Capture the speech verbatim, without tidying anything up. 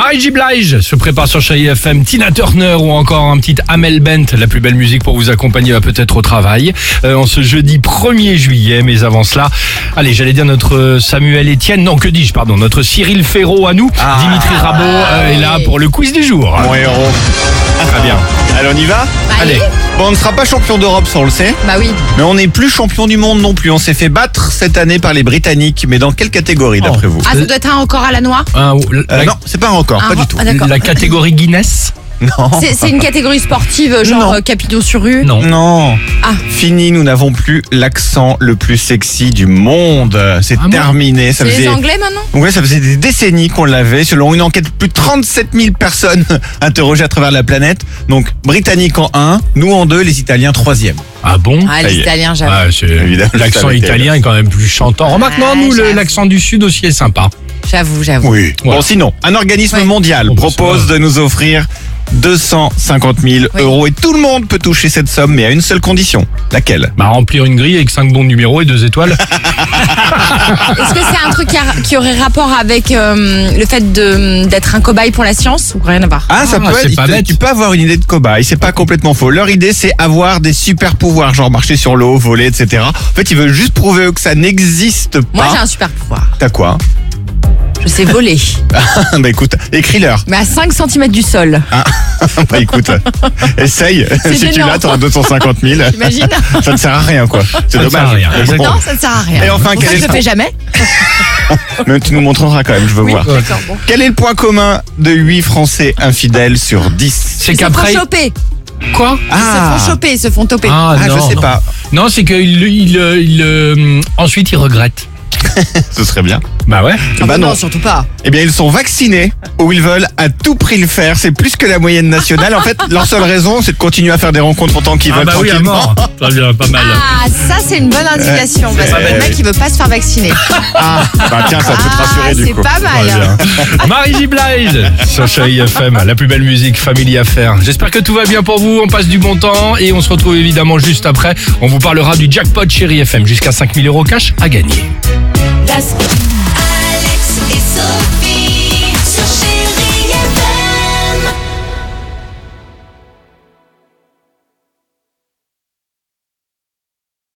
Mary J. Blige se prépare sur Chérie F M, Tina Turner ou encore un petit Amel Bent, la plus belle musique pour vous accompagner va peut-être au travail euh, en ce jeudi premier juillet. Mais avant cela, allez, j'allais dire notre Samuel Etienne, non que dis-je, pardon, notre Cyril Ferraud à nous. Ah. Dimitri Rabot euh, est là pour le quiz du jour. Mon héros. Très bien. Allez, on y va? Allez. Bon, on ne sera pas champion d'Europe, ça on le sait. Bah oui. Mais on n'est plus champion du monde non plus. On s'est fait battre cette année par les Britanniques. Mais dans quelle catégorie d'après vous? Ah, ça doit être un record à la noix. Ah, Euh, la, Non, c'est pas un record, Un pas re- du tout. Ah, d'accord. la catégorie Guinness. Non. C'est c'est une catégorie sportive, genre Non. euh, Capillon sur rue. Non. Non. Ah. Fini, nous n'avons plus l'accent le plus sexy du monde. C'est Ah bon terminé. Ça C'est faisait... les Anglais maintenant. Ouais, ça faisait des décennies qu'on l'avait. Selon une enquête, plus de trente-sept mille personnes interrogées à travers la planète. Donc, Britanniques en un, nous en deux, les Italiens troisième. Ah bon? Ah, Ça y les est. Italiens, j'avoue. Ah, c'est- Évidemment, l'accent ça avait été- italien est quand même plus chantant. Remarque, non, Ah, nous, le- j'avoue. l'accent du sud aussi est sympa. J'avoue, j'avoue. Oui. Voilà. Bon, sinon, un organisme Ouais. mondial Oh, bah, ça propose va. de nous offrir deux cent cinquante mille Oui. euros et tout le monde peut toucher cette somme, mais à une seule condition. Laquelle? Bah, remplir une grille avec cinq bons numéros et deux étoiles. Est-ce que c'est un truc qui, a- qui aurait rapport avec euh, le fait de- d'être un cobaye pour la science ou rien à voir? Ah, ça Ah, peut c'est être, pas tu- bête. tu peux avoir une idée de cobaye, c'est pas complètement faux. Leur idée, c'est avoir des super pouvoirs, genre marcher sur l'eau, voler, et cetera. En fait, ils veulent juste prouver eux que ça n'existe Moi, j'ai pas. un super pouvoir. T'as quoi? Je sais voler. Bah écoute, écris-leur. Mais à cinq centimètres du sol. Bah écoute, essaye. C'est Si tu gênant. l'as, t'auras deux cent cinquante mille. T'imagines? Ça ne sert à rien, quoi. C'est Ça ne sert à dommage. rien, Mais bon. exactement. Non, ça ne sert à rien. Et enfin, Pour quel ça, est je le le fais jamais. Mais tu nous montreras quand même, je veux Oui, voir. d'accord, bon. Quel est le point commun de huit Français infidèles sur dix? C'est Ils se qu'après. font choper. Quoi? Ils se font choper, ils se font toper. Ah, Ah, non, je sais non. pas. Non, c'est qu'il il, il, il, euh, ensuite il regrette. Ce serait bien. Bah ouais. Ah bah non, non. surtout pas. Eh bien, ils sont vaccinés ou ils veulent à tout prix le faire. C'est plus que la moyenne nationale. En fait, leur seule raison, c'est de continuer à faire des rencontres autant qu'ils Ah veulent bah oui, à tranquillement. mort. Très bien, pas mal. Ah, ça, c'est une bonne indication. Parce que Ouais. le mec, il veut pas se faire vacciner. Ah, bah tiens, ça peut te Ah, rassurer du c'est coup. pas Très mal. bien. Mary J. Blige sur Chérie F M, la plus belle musique, famille à faire. J'espère que tout va bien pour vous, on passe du bon temps et on se retrouve évidemment juste après. On vous parlera du jackpot Chérie F M, jusqu'à cinq mille euros cash à gagner. Let's